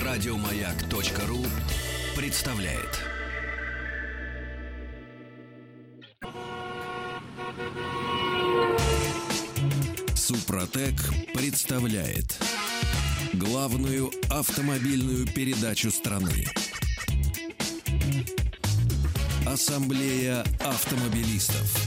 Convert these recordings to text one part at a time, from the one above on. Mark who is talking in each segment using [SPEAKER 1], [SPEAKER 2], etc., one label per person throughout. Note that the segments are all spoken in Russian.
[SPEAKER 1] Радиомаяк.ру представляет. Супротек представляет главную автомобильную передачу страны. Ассамблея автомобилистов.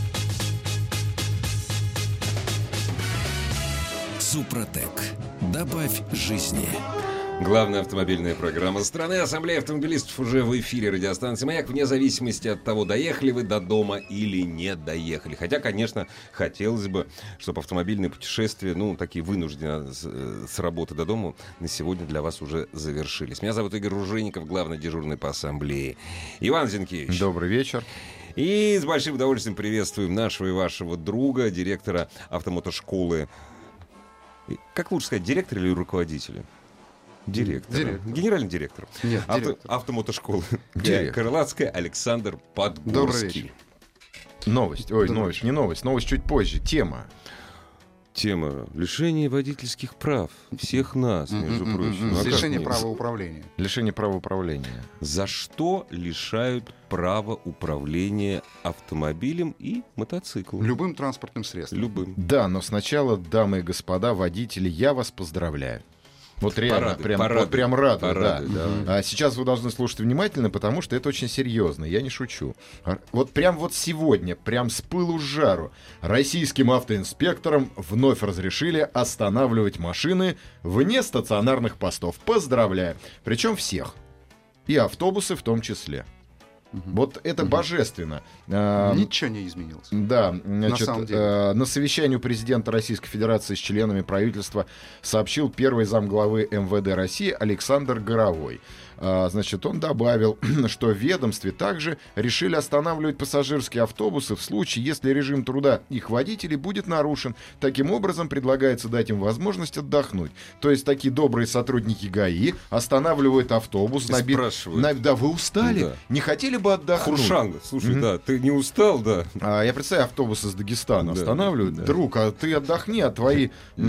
[SPEAKER 1] Супротек. Добавь жизни.
[SPEAKER 2] Главная автомобильная программа страны. Ассамблея автомобилистов уже в эфире радиостанции «Маяк», вне зависимости от того, доехали вы до дома или не доехали. Хотя, конечно, хотелось бы, чтобы автомобильные путешествия, такие вынужденные с работы до дома, на сегодня для вас уже завершились. Меня зовут Игорь Ружейников, главный дежурный по ассамблее. Иван Зинкевич.
[SPEAKER 3] Добрый вечер.
[SPEAKER 2] И с большим удовольствием приветствуем нашего и вашего друга, директора автомотошколы. Как лучше сказать, директора или руководителя? Директор. Генеральный директор.
[SPEAKER 3] Нет,
[SPEAKER 2] автомотошколы. Крылатская Александр Подгорский.
[SPEAKER 3] Новость. Не новость. Новость чуть позже. Тема лишение водительских прав. Всех нас, между прочим.
[SPEAKER 4] Лишение права управления.
[SPEAKER 3] Лишение права управления.
[SPEAKER 2] За что лишают права управления автомобилем и мотоциклом?
[SPEAKER 4] Любым транспортным средством.
[SPEAKER 2] Любым.
[SPEAKER 3] Да, но сначала, дамы и господа водители, я вас поздравляю. Вот реально, прям радует. Да. А сейчас вы должны слушать внимательно, потому что это очень серьезно, я не шучу. Вот сегодня, прям с пылу с жару, российским автоинспекторам вновь разрешили останавливать машины вне стационарных постов. Поздравляю. Причем всех. И автобусы в том числе. Вот это божественно.
[SPEAKER 4] Ничего не изменилось.
[SPEAKER 3] Да,
[SPEAKER 4] на самом деле.
[SPEAKER 3] На совещании у президента Российской Федерации с членами правительства сообщил первый замглавы МВД России Александр Горовой. Он добавил, что в ведомстве также решили останавливать пассажирские автобусы в случае, если режим труда их водителей будет нарушен. Таким образом, предлагается дать им возможность отдохнуть. То есть такие добрые сотрудники ГАИ останавливают автобус. Да, вы устали? Да. Не хотели бы отдохнуть?
[SPEAKER 2] Хуршанга, слушай, ты не устал, да?
[SPEAKER 3] Я представляю, автобус из Дагестана останавливают. Да. Друг, а ты отдохни, а твои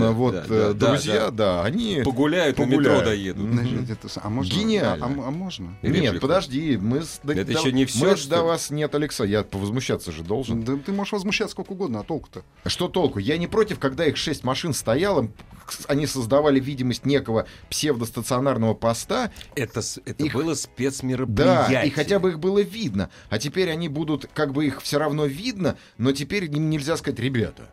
[SPEAKER 3] друзья, они
[SPEAKER 2] погуляют, на метро доедут.
[SPEAKER 3] Гениально.
[SPEAKER 4] А можно?
[SPEAKER 3] Нет, подожди,
[SPEAKER 2] это еще не все.
[SPEAKER 3] До вас нет, Александр. Я повозмущаться же должен.
[SPEAKER 4] Да ты можешь возмущаться сколько угодно, а толку-то?
[SPEAKER 3] Что толку? Я не против, когда их 6 машин стояло, они создавали видимость некого псевдостационарного поста.
[SPEAKER 2] Это было спецмероприятие.
[SPEAKER 3] Да, и хотя бы их было видно. А теперь они будут, их все равно видно, но теперь им нельзя сказать: ребята,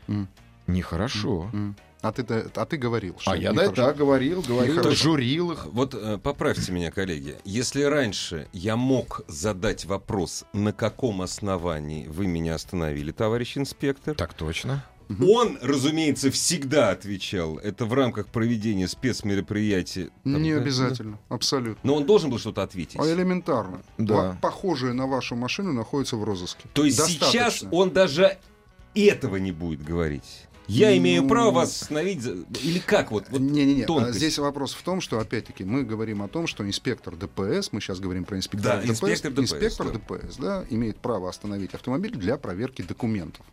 [SPEAKER 3] нехорошо.
[SPEAKER 4] А ты говорил, что
[SPEAKER 3] я говорил, журил их.
[SPEAKER 2] Вот поправьте меня, коллеги. Если раньше я мог задать вопрос, на каком основании вы меня остановили, товарищ инспектор?
[SPEAKER 3] Так точно.
[SPEAKER 2] Он, разумеется, всегда отвечал. Это в рамках проведения спецмероприятия.
[SPEAKER 4] Не обязательно, абсолютно.
[SPEAKER 2] Но он должен был что-то ответить.
[SPEAKER 4] Элементарно.
[SPEAKER 3] Да.
[SPEAKER 4] Похожие на вашу машину находятся в розыске.
[SPEAKER 2] То есть сейчас он даже этого не будет говорить? Я имею право вас остановить? Или как?
[SPEAKER 4] Не-не-не. Здесь вопрос в том, что, опять-таки, мы говорим о том, что инспектор ДПС, мы сейчас говорим про инспектора ДПС, инспектор ДПС, имеет право остановить автомобиль для проверки документов.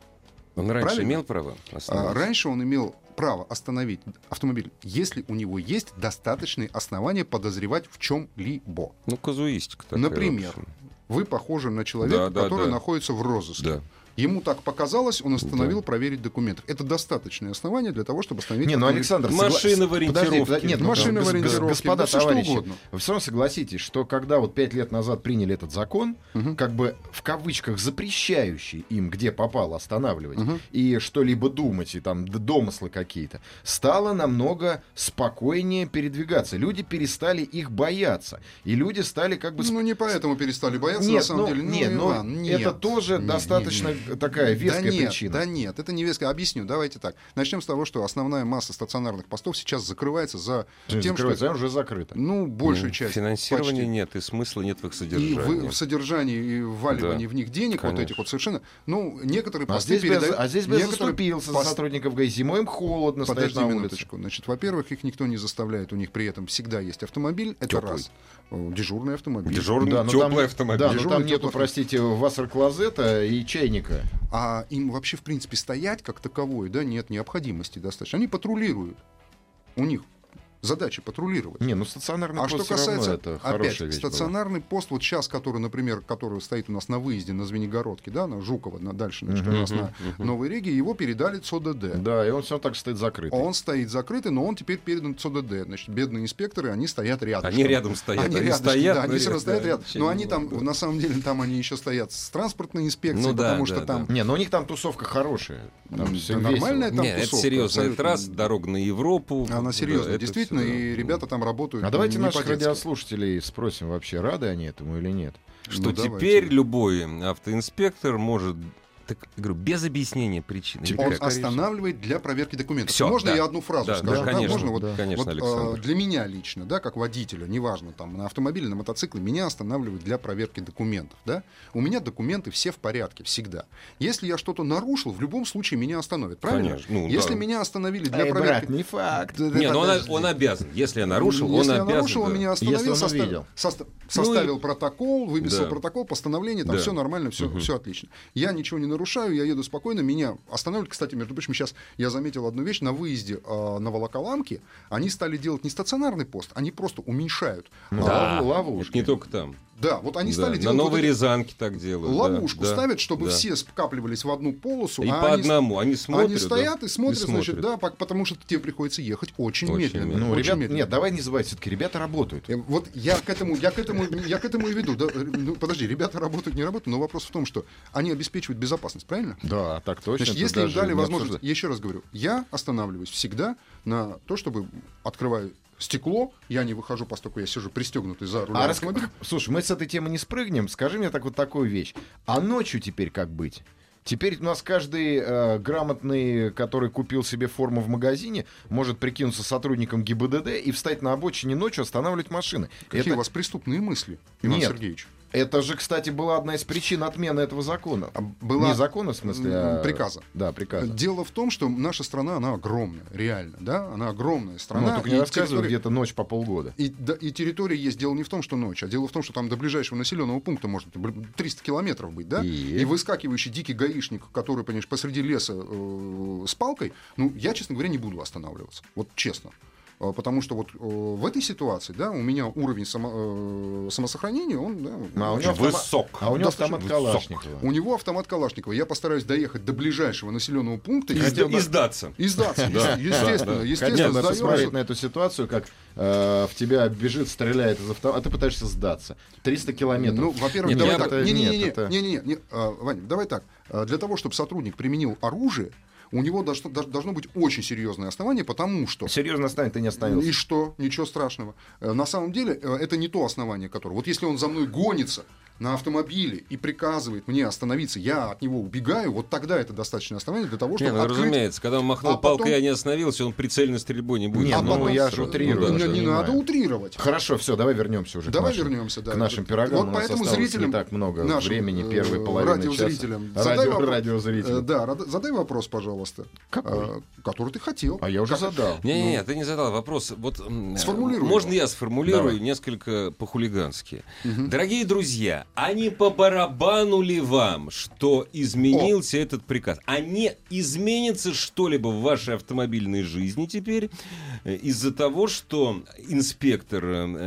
[SPEAKER 2] Он раньше имел право остановить?
[SPEAKER 4] Раньше он имел право остановить автомобиль, если у него есть достаточные основания подозревать в чем-либо.
[SPEAKER 2] Казуистика такая.
[SPEAKER 4] Например, вы похожи на человека, который находится в розыске.
[SPEAKER 2] Да.
[SPEAKER 4] Ему так показалось, он остановил проверить документы. Это достаточное основание для того, чтобы остановить...
[SPEAKER 3] Александр,
[SPEAKER 2] машина в ориентировке.
[SPEAKER 4] Нет, машина в ориентировке.
[SPEAKER 3] Господа товарищи, вы все равно согласитесь, что когда 5 лет назад приняли этот закон, в кавычках запрещающий им, где попало, останавливать и что-либо думать, и там домыслы какие-то, стало намного спокойнее передвигаться. Люди перестали их бояться. И люди стали
[SPEAKER 4] не поэтому перестали бояться, на самом деле.
[SPEAKER 3] Нет, это тоже достаточно... такая веская причина.
[SPEAKER 4] Да нет, это не веская. Объясню, давайте так. Начнем с того, что основная масса стационарных постов сейчас закрывается тем, что...
[SPEAKER 3] уже закрыто.
[SPEAKER 4] Большую часть.
[SPEAKER 2] Финансирования нет, и смысла нет в их содержании.
[SPEAKER 4] И в содержании, и в вваливании в них денег, этих совершенно... некоторые посты передают...
[SPEAKER 3] А здесь бы я заступился за сотрудников ГАИ. Зимой им холодно стоять на улице.
[SPEAKER 4] Минуточку. Во-первых, их никто не заставляет, у них при этом всегда есть автомобиль. Это раз. Дежурный автомобиль.
[SPEAKER 2] Теплый автомобиль.
[SPEAKER 3] Да, но там нету, простите, вассер-клозета и чайника.
[SPEAKER 4] А им вообще, в принципе, стоять как таковой, нет необходимости достаточно. Они патрулируют. У них задачи патрулировать.
[SPEAKER 3] Не, ну стационарный пост что касается, это хорошая вещь
[SPEAKER 4] стационарный
[SPEAKER 3] была.
[SPEAKER 4] пост, вот сейчас, который, например, который стоит у нас на выезде на Звенигородке, да, на Жукова, дальше, значит, у нас на Новой Риге, его передали ЦОДД.
[SPEAKER 3] Да, и он все так стоит закрытый.
[SPEAKER 4] Он стоит закрытый, но он теперь передан ЦОДД. Значит, бедные инспекторы, они стоят рядом.
[SPEAKER 2] Они рядом стоят.
[SPEAKER 4] Они стоят, да, они все равно стоят рядом. Но они там, на самом деле, там они еще стоят с транспортной инспекцией, потому что там...
[SPEAKER 3] Не, но у них там тусовка хорошая.
[SPEAKER 4] Нормальная там
[SPEAKER 2] тусовка. Это серьезная трасса, дорога на Европу.
[SPEAKER 4] Она серьезная, действительно, и ребята там работают.
[SPEAKER 3] А давайте наших радиослушателей спросим, вообще рады они этому или нет?
[SPEAKER 2] Что теперь любой автоинспектор может... Так, говорю, без объяснения причины.
[SPEAKER 4] Он останавливает для проверки документов.
[SPEAKER 2] Всё,
[SPEAKER 4] можно я одну фразу скажу?
[SPEAKER 2] Конечно,
[SPEAKER 4] можно?
[SPEAKER 2] Конечно, Александр.
[SPEAKER 4] Для меня лично, да, как водителя, неважно, там, на автомобиле, на мотоцикле, меня останавливают для проверки документов. Да? У меня документы все в порядке, всегда. Если я что-то нарушил, в любом случае меня остановят. Правильно?
[SPEAKER 2] Конечно.
[SPEAKER 4] Если меня остановили для проверки...
[SPEAKER 3] Брат, не факт.
[SPEAKER 2] Нет, он обязан. Если я нарушил, он обязан.
[SPEAKER 4] Если я нарушил, он меня остановил, составил
[SPEAKER 2] и...
[SPEAKER 4] протокол, выписал протокол, постановление, там все нормально, все отлично. Я ничего не нарушаю, я еду спокойно, меня останавливают. Кстати, между прочим, сейчас я заметил одну вещь. На выезде на Волоколамке они стали делать не стационарный пост, они просто уменьшают ловушки.
[SPEAKER 2] Не только там.
[SPEAKER 4] Да, вот они стали делать...
[SPEAKER 2] На Новой Рязанке так делают.
[SPEAKER 4] Ловушку ставят, чтобы все скапливались в одну полосу.
[SPEAKER 2] И по одному. Они смотрят.
[SPEAKER 4] Они стоят и смотрят, значит, да, потому что тебе приходится ехать очень медленно.
[SPEAKER 3] Ну, ребят, нет, давай не забывай, все-таки ребята работают.
[SPEAKER 4] Вот я к этому и веду. Да, ну, подожди, ребята работают, не работают, но вопрос в том, что они обеспечивают безопасность, правильно?
[SPEAKER 3] Да, так точно.
[SPEAKER 4] Значит, если им дали возможность, я еще раз говорю, я останавливаюсь всегда на то, чтобы открываю стекло, я не выхожу, поскольку я сижу пристегнутый за рулем автомобиля.
[SPEAKER 3] Слушай, мы с этой темы не спрыгнем. Скажи мне такую вещь. А ночью теперь как быть? Теперь у нас каждый грамотный, который купил себе форму в магазине, может прикинуться сотрудником ГИБДД и встать на обочине ночью, останавливать машины.
[SPEAKER 4] Какие у вас преступные мысли, Иван Сергеевич?
[SPEAKER 3] Это же, кстати, была одна из причин отмены этого закона. Не закона, в смысле, а...
[SPEAKER 4] приказа.
[SPEAKER 3] Да, приказа.
[SPEAKER 4] Дело в том, что наша страна, она огромная, реально, да? Она огромная страна.
[SPEAKER 3] Ну, только не рассказывай, где-то ночь по полгода.
[SPEAKER 4] И территория есть. Дело не в том, что ночь, а дело в том, что там до ближайшего населенного пункта может 300 километров быть, да? И выскакивающий дикий гаишник, который, понимаешь, посреди леса с палкой, ну, я, честно говоря, не буду останавливаться. Вот честно. Потому что вот в этой ситуации, да, у меня уровень самосохранения, он, да,
[SPEAKER 2] у него высок.
[SPEAKER 3] А у него автомат Калашникова.
[SPEAKER 4] У него автомат Калашникова. Я постараюсь доехать до ближайшего населенного пункта
[SPEAKER 2] и сдаться.
[SPEAKER 4] И сдаться, естественно.
[SPEAKER 3] Надо смотреть на эту ситуацию, как в тебя бежит, стреляет из автомата, а ты пытаешься сдаться. 300 километров.
[SPEAKER 4] Ну, во-первых, давай так. Не, Ваня, давай так. Для того, чтобы сотрудник применил оружие, у него должно быть очень серьезное основание, потому что...
[SPEAKER 3] Серьезное основание ты не остановился.
[SPEAKER 4] И что? Ничего страшного. На самом деле, это не то основание, которое... Вот если он за мной гонится на автомобиле и приказывает мне остановиться, я от него убегаю, вот тогда это достаточное основание для того, чтобы открыть...
[SPEAKER 2] Разумеется, когда он махнул палкой, я не остановился, он прицельной стрельбой не будет.
[SPEAKER 3] Я же утрирую.
[SPEAKER 4] Не надо утрировать.
[SPEAKER 3] Хорошо, все, давай вернемся уже к нашим пирогам.
[SPEAKER 4] Вот поэтому зрителям...
[SPEAKER 3] не так много времени, первой половины часа.
[SPEAKER 4] Радиозрителям. Да, задай вопрос, пожалуйста.
[SPEAKER 3] Какой?
[SPEAKER 4] Который ты хотел.
[SPEAKER 3] А я уже задал.
[SPEAKER 2] Не, ты не задал вопрос. Вот
[SPEAKER 4] сформулируй.
[SPEAKER 2] Можно я сформулирую несколько по-хулигански? Дорогие друзья, а не по барабану ли вам, что изменился этот приказ? А не изменится что-либо в вашей автомобильной жизни теперь из-за того, что инспектор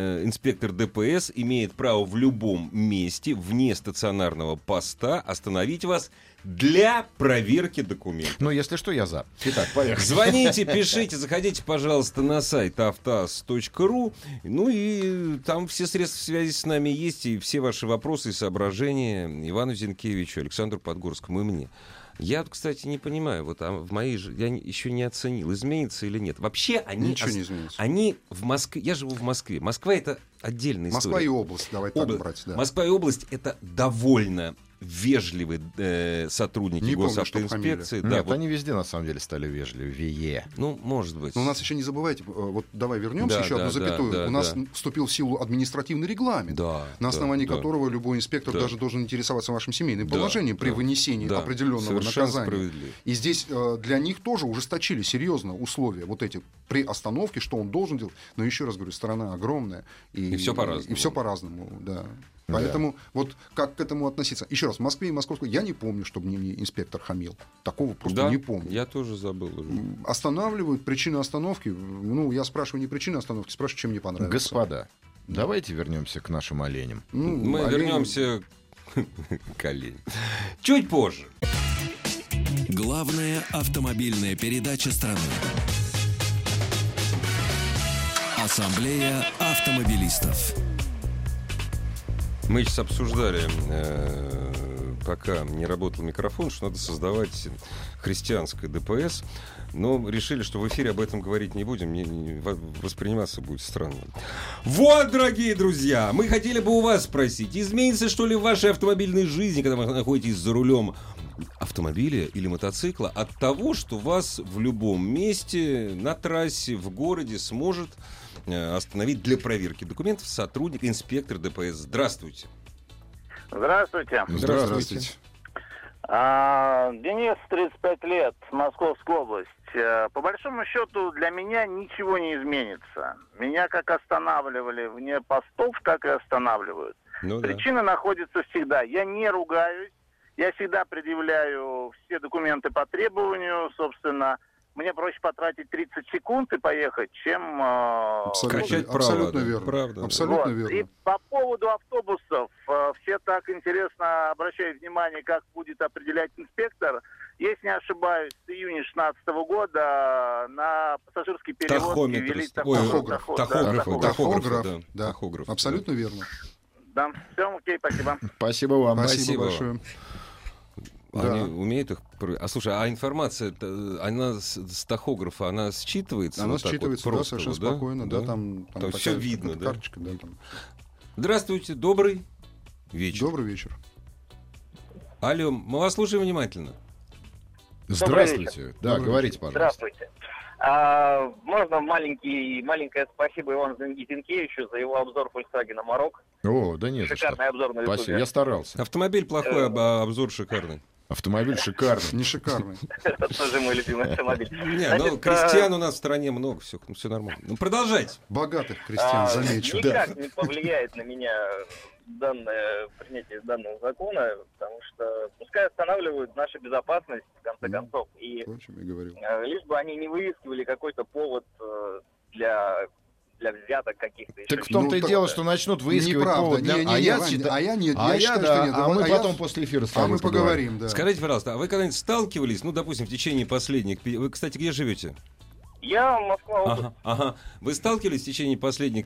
[SPEAKER 2] ДПС имеет право в любом месте, вне стационарного поста, остановить вас для проверки документов?
[SPEAKER 3] Ну, если что, я за. Итак, поехали.
[SPEAKER 2] Звоните, пишите, заходите, пожалуйста, на сайт автоаз.ру. Ну и там все средства связи с нами есть, и все ваши вопросы и соображения Ивану Зинкевичу, Александру Подгорскому и мне. Я, кстати, не понимаю, вот в моей я еще не оценил, изменится или нет. Вообще они...
[SPEAKER 4] Ничего не изменится.
[SPEAKER 2] Они в Москве... Я живу в Москве. Москва — это отдельная история.
[SPEAKER 4] Москва и область, давай так брать. Да.
[SPEAKER 2] Москва и область — это довольно вежливые сотрудники госавтоинспекции.
[SPEAKER 3] Нет, вот. Они везде на самом деле стали вежливее.
[SPEAKER 2] Ну, может быть.
[SPEAKER 4] Но у нас еще не забывайте, вот давай вернемся еще одну запятую. У нас вступил в силу административный регламент, на основании которого любой инспектор даже должен интересоваться вашим семейным положением при вынесении определенного наказания. И здесь для них тоже ужесточили серьезно условия вот эти при остановке, что он должен делать. Но еще раз говорю, страна огромная.
[SPEAKER 2] И все по-разному.
[SPEAKER 4] И все по-разному, да. Поэтому вот как к этому относиться? Еще раз, в Москве и Московской я не помню, чтобы мне инспектор хамил. Такого просто не помню.
[SPEAKER 2] Я тоже забыл уже.
[SPEAKER 4] Останавливают, причины остановки. Ну, я спрашиваю не причины остановки, спрашиваю, чем мне понравилось.
[SPEAKER 3] Господа, давайте вернемся к нашим оленям.
[SPEAKER 2] Мы вернемся к оленям чуть позже.
[SPEAKER 1] Главная автомобильная передача страны. Ассамблея автомобилистов.
[SPEAKER 2] Мы сейчас обсуждали, пока не работал микрофон, что надо создавать христианское ДПС, но решили, что в эфире об этом говорить не будем, восприниматься будет странно. Вот, дорогие друзья, мы хотели бы у вас спросить, изменится что ли в вашей автомобильной жизни, когда вы находитесь за рулем автомобиля или мотоцикла, от того, что вас в любом месте, на трассе, в городе сможет остановить для проверки документов сотрудник, инспектор ДПС. Здравствуйте.
[SPEAKER 5] Здравствуйте.
[SPEAKER 3] Здравствуйте.
[SPEAKER 5] Денис, 35 лет, Московская область. По большому счету для меня ничего не изменится. Меня как останавливали вне постов, так и останавливают. Причина находится всегда. Я не ругаюсь, я всегда предъявляю все документы по требованию, собственно. Мне проще потратить 30 секунд и поехать, чем
[SPEAKER 2] качать право.
[SPEAKER 4] Абсолютно верно.
[SPEAKER 2] Правда.
[SPEAKER 4] Абсолютно верно.
[SPEAKER 5] И по поводу автобусов. Все так интересно обращают внимание, как будет определять инспектор. Если не ошибаюсь, с июня 2016 года на пассажирский перевозки ввели
[SPEAKER 4] тахограф. Абсолютно верно.
[SPEAKER 5] Да, все, окей, спасибо.
[SPEAKER 3] Спасибо вам.
[SPEAKER 4] Спасибо большое.
[SPEAKER 2] Они умеют их... слушай, а информация, она с тахографа, она считывается?
[SPEAKER 4] Она
[SPEAKER 2] вот
[SPEAKER 4] считывается,
[SPEAKER 2] вот
[SPEAKER 4] да,
[SPEAKER 2] просто,
[SPEAKER 4] совершенно спокойно. Да, там
[SPEAKER 2] все видно, да?
[SPEAKER 4] Карточка, да, там.
[SPEAKER 2] Здравствуйте, добрый вечер.
[SPEAKER 4] Добрый вечер.
[SPEAKER 2] Алло, мы вас слушаем внимательно.
[SPEAKER 3] Здравствуйте. Да,
[SPEAKER 4] Добрый
[SPEAKER 3] говорите,
[SPEAKER 4] вечер.
[SPEAKER 3] пожалуйста.
[SPEAKER 6] Здравствуйте. Можно маленькое спасибо Ивану Зинкевичу за его обзор Volkswagen Amarok.
[SPEAKER 3] О, да нет.
[SPEAKER 6] Шикарный обзор на YouTube.
[SPEAKER 3] Спасибо, я старался.
[SPEAKER 2] Автомобиль плохой, обзор шикарный.
[SPEAKER 3] Автомобиль шикарный.
[SPEAKER 4] Не шикарный.
[SPEAKER 6] Это тоже мой любимый автомобиль.
[SPEAKER 2] Не, ну крестьян у нас в стране много, все нормально. Ну, продолжайте.
[SPEAKER 4] Богатых крестьян, замечу.
[SPEAKER 6] Никак не повлияет на меня принятие данного закона, потому что пускай останавливают нашу безопасность, в конце концов. И лишь бы они не выискивали какой-то повод для взяток каких-то.
[SPEAKER 3] Так в том-то и дело, что начнут выискивать повод. Я считаю, что нет. А мы потом после эфира с вами
[SPEAKER 4] поговорим. Да.
[SPEAKER 2] Скажите, пожалуйста, а вы когда-нибудь сталкивались, ну, допустим, в течение последних... Вы, кстати, где живете?
[SPEAKER 6] Я Москва область.
[SPEAKER 2] Ага. Вы сталкивались в течение последних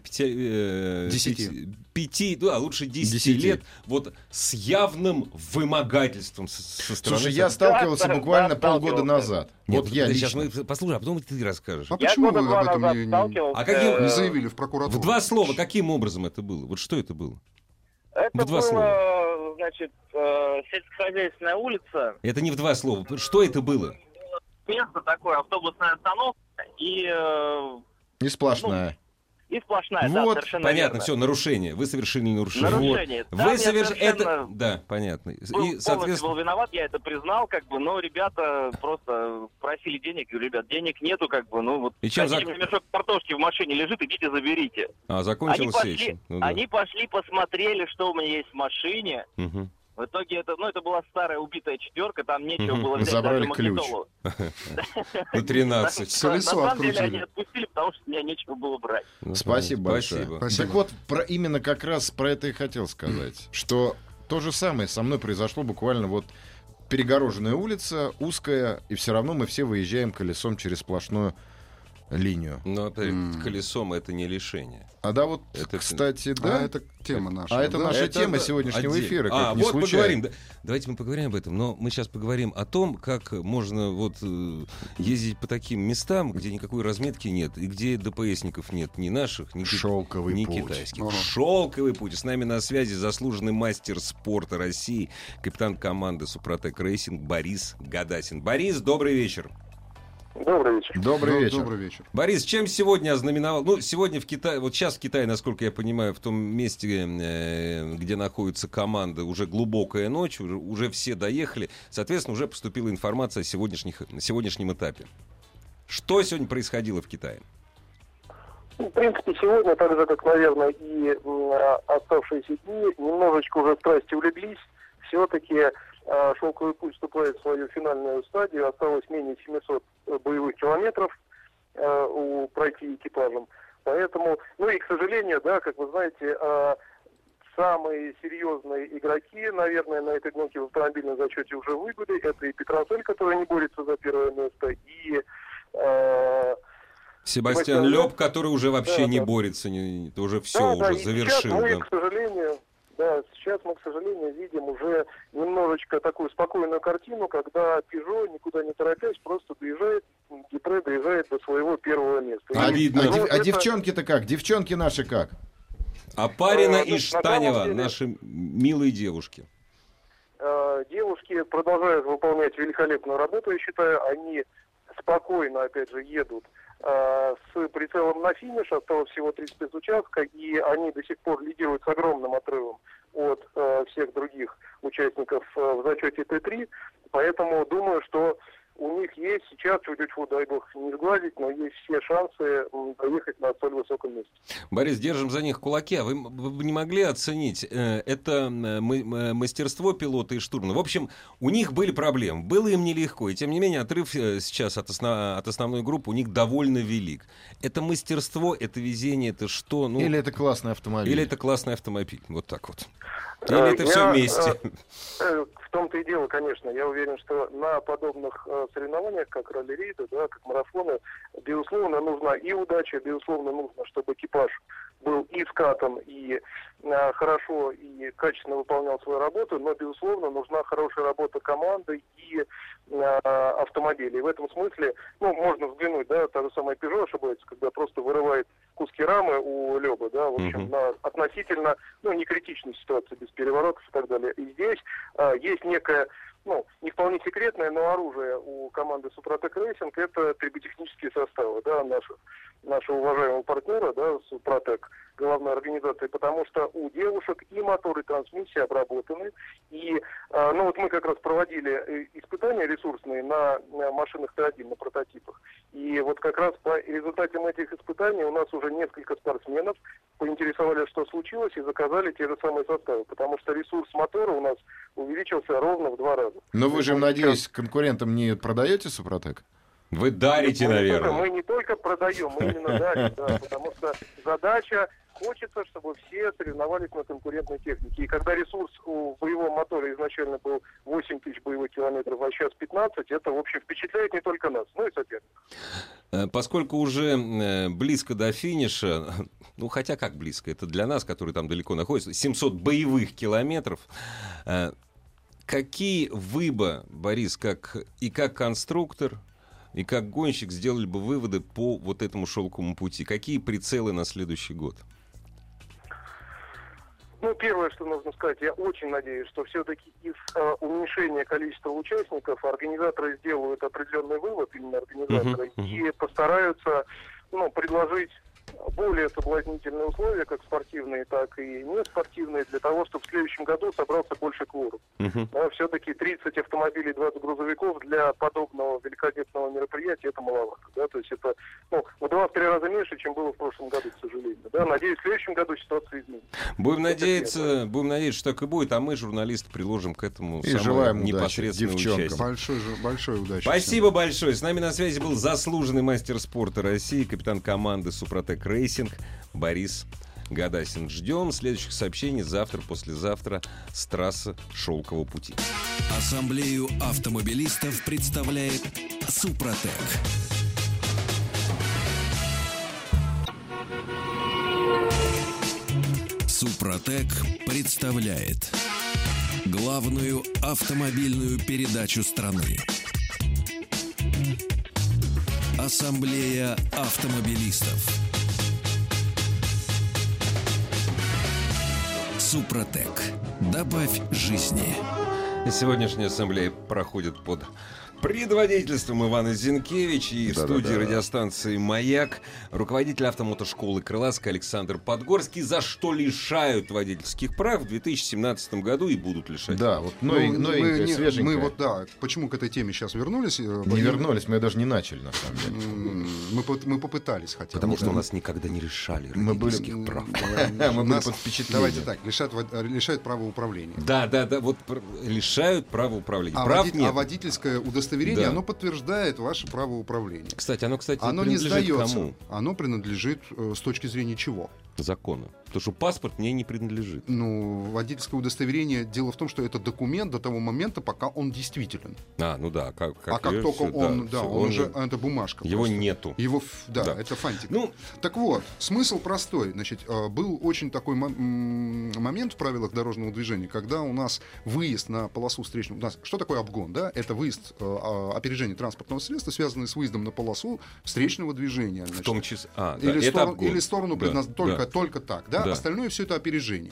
[SPEAKER 2] 10, да, лучше 10 лет вот с явным вымогательством со стороны...
[SPEAKER 3] Слушай, я сталкивался буквально полгода назад.
[SPEAKER 2] Вот я лично. Сейчас послушай, а потом ты расскажешь.
[SPEAKER 4] А почему вы об этом не заявили в прокуратуру?
[SPEAKER 2] В два слова, каким образом это было? Вот что это было?
[SPEAKER 6] Это было, значит, сельскохозяйственная улица.
[SPEAKER 2] Это не в два слова. Что это было?
[SPEAKER 6] Место такое, автобусная остановка и
[SPEAKER 3] сплошная.
[SPEAKER 6] И сплошная,
[SPEAKER 2] вот,
[SPEAKER 6] да, совершенно
[SPEAKER 2] понятно,
[SPEAKER 6] верно.
[SPEAKER 2] Все, нарушение. Вы совершили нарушение.
[SPEAKER 6] Нарушение.
[SPEAKER 2] Вот. Вы совершили это... Да, понятно.
[SPEAKER 6] Полностью был виноват, я это признал, но ребята просто просили денег, и, ребят, денег нету, вот.
[SPEAKER 2] И чем
[SPEAKER 6] мешок картошки в машине лежит, идите заберите.
[SPEAKER 2] Закончилось этим.
[SPEAKER 6] Они пошли, посмотрели, что у меня есть в машине.
[SPEAKER 2] Угу.
[SPEAKER 6] В итоге это была старая убитая четверка, там нечего было взять.
[SPEAKER 3] Забрали
[SPEAKER 6] даже
[SPEAKER 3] ключ.
[SPEAKER 2] На 13.
[SPEAKER 4] Колесо
[SPEAKER 6] на самом
[SPEAKER 4] открутили.
[SPEAKER 6] деле они отпустили, потому что мне нечего было брать.
[SPEAKER 3] Спасибо большое. Так вот, именно как раз про это и хотел сказать. Что то же самое со мной произошло буквально вот перегороженная улица, узкая, и все равно мы все выезжаем колесом через сплошную линию.
[SPEAKER 2] Но колесом это не лишение.
[SPEAKER 3] Да, вот, это, кстати, да.
[SPEAKER 4] Это тема наша.
[SPEAKER 3] Это наша тема сегодняшнего эфира. Как
[SPEAKER 2] вот поговорим. Давайте мы поговорим об этом. Но мы сейчас поговорим о том, как можно ездить по таким местам, где никакой разметки нет, и где ДПСников нет, ни наших, ни китайских. Шелковый путь. С нами на связи заслуженный мастер спорта России, капитан команды Супротек Рейсинг Борис Гадасин. Борис, добрый вечер.
[SPEAKER 5] Добрый вечер.
[SPEAKER 3] Добрый вечер.
[SPEAKER 2] Борис, чем сегодня ознаменовал? Сегодня в Китае, вот сейчас в Китае, насколько я понимаю, в том месте, где находится команда, уже глубокая ночь, уже все доехали. Соответственно, уже поступила информация о сегодняшнем этапе. Что сегодня происходило в Китае?
[SPEAKER 7] принципе, сегодня, так же, как, наверное, и оставшиеся дни, немножечко уже страсти улеглись. Все-таки «Шелковый путь» вступает в свою финальную стадию. Осталось менее 700 боевых километров пройти экипажем. Поэтому, ну и, к сожалению, да, как вы знаете, самые серьезные игроки, наверное, на этой гонке в автомобильном зачете уже выбыли. Это и Петроцель, который не борется за первое место, и
[SPEAKER 2] Себастьян Лёб, который уже вообще не борется, это уже все уже завершил.
[SPEAKER 7] Мы, к сожалению, сейчас мы, к сожалению, видим уже немножечко такую спокойную картину, когда Peugeot, никуда не торопясь, просто Гитре доезжает до своего первого места.
[SPEAKER 3] А девчонки-то как? Девчонки наши как?
[SPEAKER 2] Апарина и Штанева, наши милые девушки.
[SPEAKER 7] Девушки продолжают выполнять великолепную работу, я считаю. Они спокойно, опять же, едут с прицелом на финиш. Осталось всего 35 участков, и они до сих пор лидируют с огромным отрывом от всех других участников в зачете Т3. Поэтому думаю, что у них есть сейчас, чуть-чуть, дай бог не сглазить, но есть все шансы доехать на столь высоком месте.
[SPEAKER 2] Борис, держим за них кулаки. А вы не могли оценить это мастерство пилота и штурмана? В общем, у них были проблемы. Было им нелегко. И тем не менее, отрыв сейчас от основной группы у них довольно велик. Это мастерство, это везение, это что? Ну,
[SPEAKER 3] или это классный автомобиль.
[SPEAKER 2] Или это классный автомобиль. Вот так вот. Или это все вместе.
[SPEAKER 7] В том-то и дело, конечно. Я уверен, что на подобных соревнованиях, как ралли-рейды, да, как марафоны, безусловно, нужна и удача, безусловно, нужно, чтобы экипаж был и скатан, и хорошо и качественно выполнял свою работу, но, безусловно, нужна хорошая работа команды и автомобилей. В этом смысле, можно взглянуть, да, та же самая Peugeot ошибается, когда просто вырывает куски рамы у Лёба, да, в общем, на относительно, не критичной ситуации, без переворотов и так далее. И здесь есть некая, не вполне секретное, но оружие у команды Супротек Рейсинг — это триботехнические составы, да, нашего уважаемого партнера, да, Супротек, главной организации, потому что у девушек и мотор, и трансмиссия обработаны. И, мы как раз проводили испытания ресурсные на машинах Т1, на прототипах. И вот как раз по результатам этих испытаний у нас уже несколько спортсменов поинтересовались, что случилось, и заказали те же самые составы, потому что ресурс мотора у нас увеличился ровно в 2 раза.
[SPEAKER 3] Но вы же, надеюсь, конкурентам не продаете Супротек?
[SPEAKER 2] Вы дарите, наверное.
[SPEAKER 7] Мы не только продаем, мы именно дарим, да, потому что задача, хочется, чтобы все соревновались на конкурентной технике. И когда ресурс у боевого мотора изначально был 8 тысяч боевых километров, а сейчас 15, это, в общем, впечатляет не только нас, но и соперников.
[SPEAKER 2] Поскольку уже близко до финиша, хотя как близко, это для нас, которые там далеко находятся, 700 боевых километров, какие вы бы, Борис, как конструктор и как гонщик сделали бы выводы по вот этому шелковому пути? Какие прицелы на следующий год?
[SPEAKER 7] Первое, что нужно сказать, я очень надеюсь, что все-таки из уменьшения количества участников организаторы сделают определенный вывод, именно организаторы, и постараются предложить более соблазнительные условия, как спортивные, так и неспортивные, для того, чтобы в следующем году собрался больше кворум. Все-таки 30 автомобилей, 20 грузовиков для подобного великолепного мероприятия — это маловато. Да? То есть это в 2-3 раза меньше, чем было в прошлом году, к сожалению. Да? Надеюсь, в следующем году ситуация изменится.
[SPEAKER 2] Будем надеяться, что так и будет, а мы, журналисты, приложим к этому
[SPEAKER 3] и желаем
[SPEAKER 2] непосредственное участие.
[SPEAKER 4] Большой удачи.
[SPEAKER 2] Спасибо большое. С нами на связи был заслуженный мастер спорта России, капитан команды Супротек Рейсинг Борис Гадасин. Ждем следующих сообщений завтра, послезавтра с трассы Шелкового пути.
[SPEAKER 1] Ассамблею автомобилистов представляет Супротек. Супротек представляет главную автомобильную передачу страны. Ассамблея автомобилистов. Супротек. Добавь жизни.
[SPEAKER 2] Сегодняшняя ассамблея проходит под предводительством Ивана Зинкевича и в студии радиостанции «Маяк» руководитель автомотошколы «Крылатская» Александр Подгорский, за что лишают водительских прав в 2017 году и будут лишать.
[SPEAKER 3] Да, вот новенькое, свеженькое.
[SPEAKER 4] Мы почему к этой теме сейчас вернулись?
[SPEAKER 3] Не вернулись, мы даже не начали, на самом деле.
[SPEAKER 4] Мы попытались хотя бы.
[SPEAKER 2] Потому что у нас никогда не решали родительских прав.
[SPEAKER 3] Мы были под впечатлением.
[SPEAKER 4] Давайте так, лишают права управления.
[SPEAKER 2] Да, вот лишают права управления. Прав нет.
[SPEAKER 4] А водительское удостоверение, оно подтверждает ваше право управления.
[SPEAKER 2] Кстати, оно
[SPEAKER 4] не сдается. Кому? Оно принадлежит с точки зрения чего?
[SPEAKER 2] Закона. Потому что паспорт мне не принадлежит.
[SPEAKER 4] Водительское удостоверение, дело в том, что это документ до того момента, пока он действителен.
[SPEAKER 2] Как
[SPEAKER 4] только он уже, это бумажка.
[SPEAKER 2] Его просто нету.
[SPEAKER 4] Это фантик. Так вот, смысл простой. Значит, был очень такой момент в правилах дорожного движения, когда у нас выезд на полосу встречного... Что такое обгон? Да? Это выезд, опережение транспортного средства, связанное с выездом на полосу встречного движения. Значит,
[SPEAKER 2] в том числе...
[SPEAKER 4] Или сторону только так. Да? Остальное все это опережение.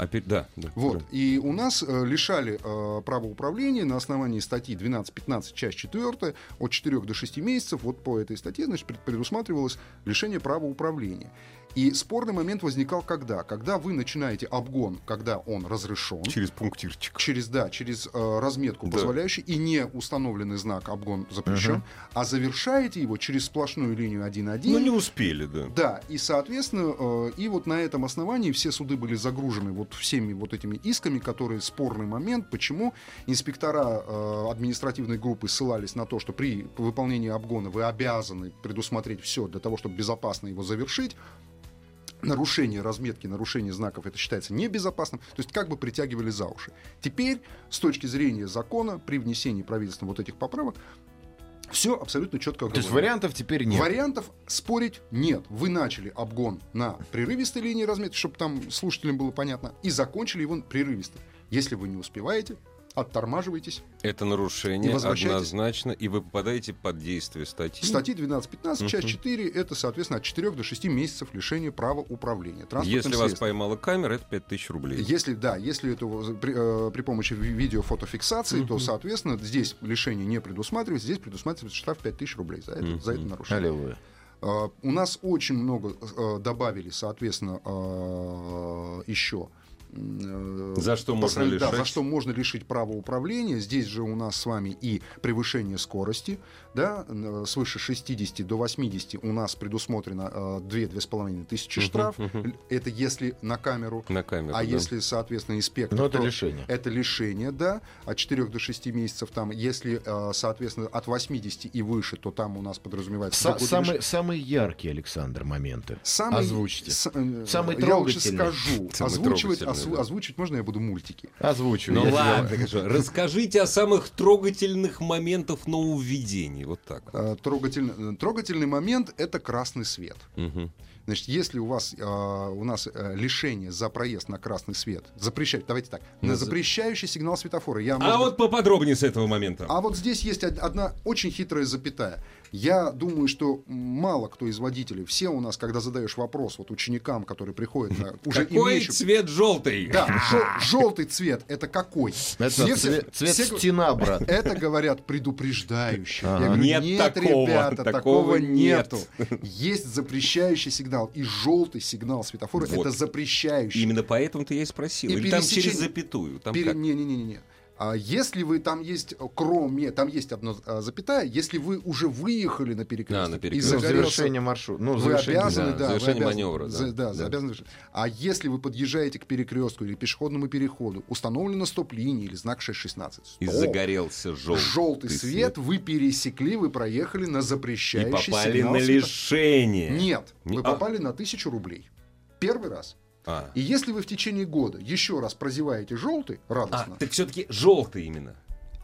[SPEAKER 4] И у нас лишали права управления на основании статьи 12-15, часть 4, от 4 до 6 месяцев. Вот по этой статье, значит, предусматривалось лишение права управления. И спорный момент возникал когда? Когда вы начинаете обгон, когда он разрешен.
[SPEAKER 2] Через пунктирчик.
[SPEAKER 4] Через разметку, позволяющую, и не установленный знак обгон запрещен, а завершаете его через сплошную линию 1.1.
[SPEAKER 2] Не успели, да.
[SPEAKER 4] Да, и, соответственно, и вот на этом основании все суды были загружены вот всеми вот этими исками, которые спорный момент. Почему инспектора административной группы ссылались на то, что при выполнении обгона вы обязаны предусмотреть все для того, чтобы безопасно его завершить. Нарушение разметки, нарушение знаков, это считается небезопасным. То есть как бы притягивали за уши. Теперь, с точки зрения закона, при внесении правительством вот этих поправок, все абсолютно четко оговорено.
[SPEAKER 3] То есть вариантов теперь нет?
[SPEAKER 4] Вариантов спорить нет. Вы начали обгон на прерывистой линии разметки, чтобы там слушателям было понятно, и закончили его прерывисто. Если вы не успеваете, оттормаживаетесь.
[SPEAKER 2] Это нарушение однозначно, и вы попадаете под действие статьи.
[SPEAKER 4] Статьи 12-15, часть 4, это, соответственно, от 4 до 6 месяцев лишения права управления.
[SPEAKER 2] Если вас поймала камера, это 5000 рублей.
[SPEAKER 4] Если это при помощи видео-фотофиксации, то, соответственно, здесь лишение не предусматривается, здесь предусматривается штраф 5000 рублей за это нарушение.
[SPEAKER 3] Аллилуйя.
[SPEAKER 4] У нас очень много добавили, соответственно, еще...
[SPEAKER 2] За что можно лишить?
[SPEAKER 4] За что можно лишить права управления. Здесь же у нас с вами и превышение скорости, да, свыше 60 до 80 у нас предусмотрено 2-2,5 тысячи штраф. Это если на камеру. Если, соответственно, инспектор...
[SPEAKER 3] Но это лишение.
[SPEAKER 4] Это лишение, да, от 4 до 6 месяцев там. Если, соответственно, от 80 и выше, то там у нас подразумевается...
[SPEAKER 3] Самые яркие, Александр, моменты. Озвучьте.
[SPEAKER 4] Самый трогательный. Я лучше скажу. Озвучивать можно, я буду мультики.
[SPEAKER 3] Озвучиваю.
[SPEAKER 2] Ну ладно, расскажите о самых трогательных моментах нововведений. Вот так.
[SPEAKER 4] Трогательный момент — это красный свет. Значит, если у нас лишение за проезд на красный свет, давайте так, на запрещающий сигнал светофора.
[SPEAKER 2] Вот поподробнее с этого момента.
[SPEAKER 4] А вот здесь есть одна очень хитрая запятая. Я думаю, что мало кто из водителей, все у нас, когда задаешь вопрос вот ученикам, которые приходят на уже
[SPEAKER 2] какой цвет желтый?
[SPEAKER 4] Да, желтый цвет — это какой?
[SPEAKER 3] Это цвет стена, брат.
[SPEAKER 4] Это говорят предупреждающие. Я говорю,
[SPEAKER 2] нет,
[SPEAKER 4] ребята, такого нету. Есть запрещающий сигнал, и желтый сигнал светофора — это запрещающий.
[SPEAKER 2] Именно поэтому-то я и спросил. Или там через запятую?
[SPEAKER 4] Не. Если вы там есть, там есть одна запятая, если вы уже выехали на перекресток и
[SPEAKER 3] завершение маршрута,
[SPEAKER 4] вы обязаны,
[SPEAKER 2] завершение маневра,
[SPEAKER 4] обязаны. А если вы подъезжаете к перекрестку или пешеходному переходу, установлена стоп-линия или знак 6.16,
[SPEAKER 2] и загорелся желтый
[SPEAKER 4] свет, вы пересекли, вы проехали на запрещающий сигнал.
[SPEAKER 2] И попали на лишение.
[SPEAKER 4] Нет, вы попали на 1000 рублей. Первый раз. И если вы в течение года еще раз прозеваете желтый, радостно.
[SPEAKER 2] Так все-таки желтый именно.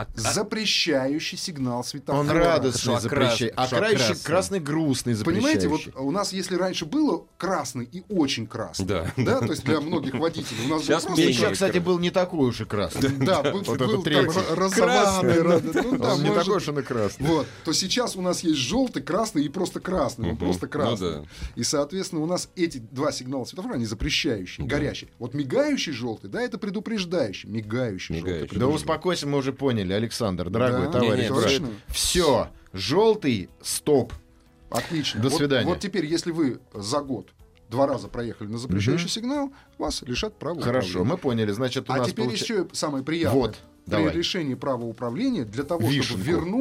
[SPEAKER 4] Запрещающий сигнал светофора.
[SPEAKER 3] Он радостный запрещающий. Красный грустный запрещающий.
[SPEAKER 4] Понимаете, вот у нас, если раньше было красный и очень красный, да, то есть для многих водителей, у нас
[SPEAKER 3] сейчас, кстати, был не такой уж и красный.
[SPEAKER 4] Да, был розоватый.
[SPEAKER 3] Не такой уж и красный.
[SPEAKER 4] Вот, то сейчас у нас есть желтый, красный и просто красный. Просто красный. И, соответственно, у нас эти два сигнала светофора, они запрещающие, горящие. Вот мигающий желтый, да, это предупреждающий. Мигающий желтый.
[SPEAKER 3] Да успокойся, мы уже поняли. Александр, дорогой товарищ, все, желтый, стоп.
[SPEAKER 4] Отлично.
[SPEAKER 3] До свидания.
[SPEAKER 4] Вот теперь, если вы за год 2 раза проехали на запрещающий сигнал, вас лишат права управления.
[SPEAKER 3] Хорошо, мы поняли. Значит, у нас
[SPEAKER 4] теперь еще самое приятное. При лишении права управления, для того, чтобы вернуть,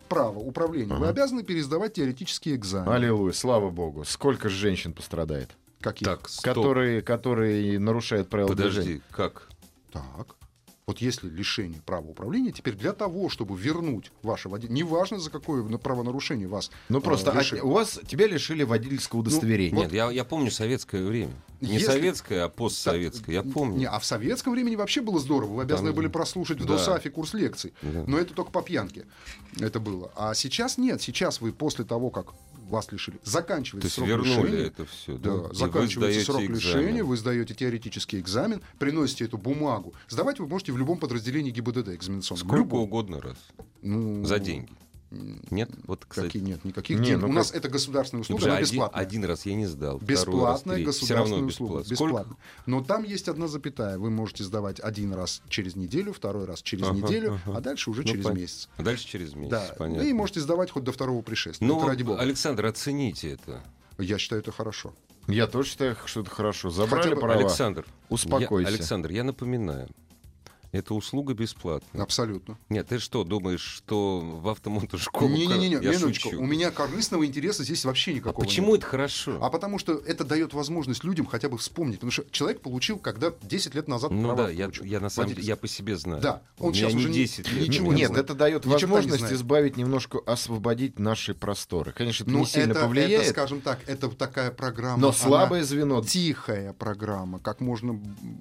[SPEAKER 4] право управления, вы обязаны пересдавать теоретические экзамены.
[SPEAKER 3] Аллилуйя, слава богу. Сколько женщин пострадает?
[SPEAKER 2] Каких? Так,
[SPEAKER 3] которые нарушают правила движения.
[SPEAKER 2] Подожди, как?
[SPEAKER 4] Так. Вот если лишение права управления, теперь для того, чтобы вернуть ваше водительство, неважно, за какое правонарушение вас
[SPEAKER 3] просто тебя лишили водительского удостоверения.
[SPEAKER 2] Нет, я помню советское время. Не советское, а постсоветское, я помню.
[SPEAKER 4] А в советском времени вообще было здорово. Вы обязаны были прослушать в ДОСАФе курс лекций. Да. Но это только по пьянке это было. А сейчас нет. Сейчас вы после того, как вас лишили, заканчивается срок лишения.
[SPEAKER 2] Это все,
[SPEAKER 4] да, заканчивается срок лишения, вы сдаете теоретический экзамен, приносите эту бумагу. Сдавать вы можете в любом подразделении ГИБДД экзаменационном.
[SPEAKER 2] Сколько угодно раз. За деньги. Нет? Вот, кстати.
[SPEAKER 4] Какие нет? Никаких денег. У нас это государственная услуга, она бесплатная.
[SPEAKER 2] Один раз я не сдал.
[SPEAKER 4] Бесплатная государственная услуга. Бесплатно. Но там есть одна запятая. Вы можете сдавать один раз через неделю, второй раз через неделю, а дальше уже через месяц.
[SPEAKER 2] А дальше через месяц,
[SPEAKER 4] да.
[SPEAKER 2] Понятно.
[SPEAKER 4] И можете сдавать хоть до второго пришествия.
[SPEAKER 2] Ну, ради бога. Александр, оцените это.
[SPEAKER 4] Я считаю, это хорошо.
[SPEAKER 3] Я тоже считаю, что это хорошо. Забрали права.
[SPEAKER 2] Александр,
[SPEAKER 3] успокойся.
[SPEAKER 2] Александр, я напоминаю. Эта услуга бесплатная.
[SPEAKER 4] Абсолютно.
[SPEAKER 2] Нет, ты что, думаешь, что в автомотошколу...
[SPEAKER 4] Не-не-не, минуточку. У меня корыстного интереса здесь вообще никакого
[SPEAKER 2] почему
[SPEAKER 4] нет.
[SPEAKER 2] это хорошо?
[SPEAKER 4] А потому что это дает возможность людям хотя бы вспомнить. Потому что человек получил, когда 10 лет назад
[SPEAKER 2] права. Ну да, я на самом деле, я по себе знаю.
[SPEAKER 4] Да, он сейчас
[SPEAKER 2] не
[SPEAKER 4] уже
[SPEAKER 2] 10 лет.
[SPEAKER 3] Ничего нет, это дает возможность избавить немножко, освободить наши просторы. Конечно, это не сильно повлияет.
[SPEAKER 4] Это, скажем так, это такая программа.
[SPEAKER 3] Но слабое звено.
[SPEAKER 4] Тихая программа, как можно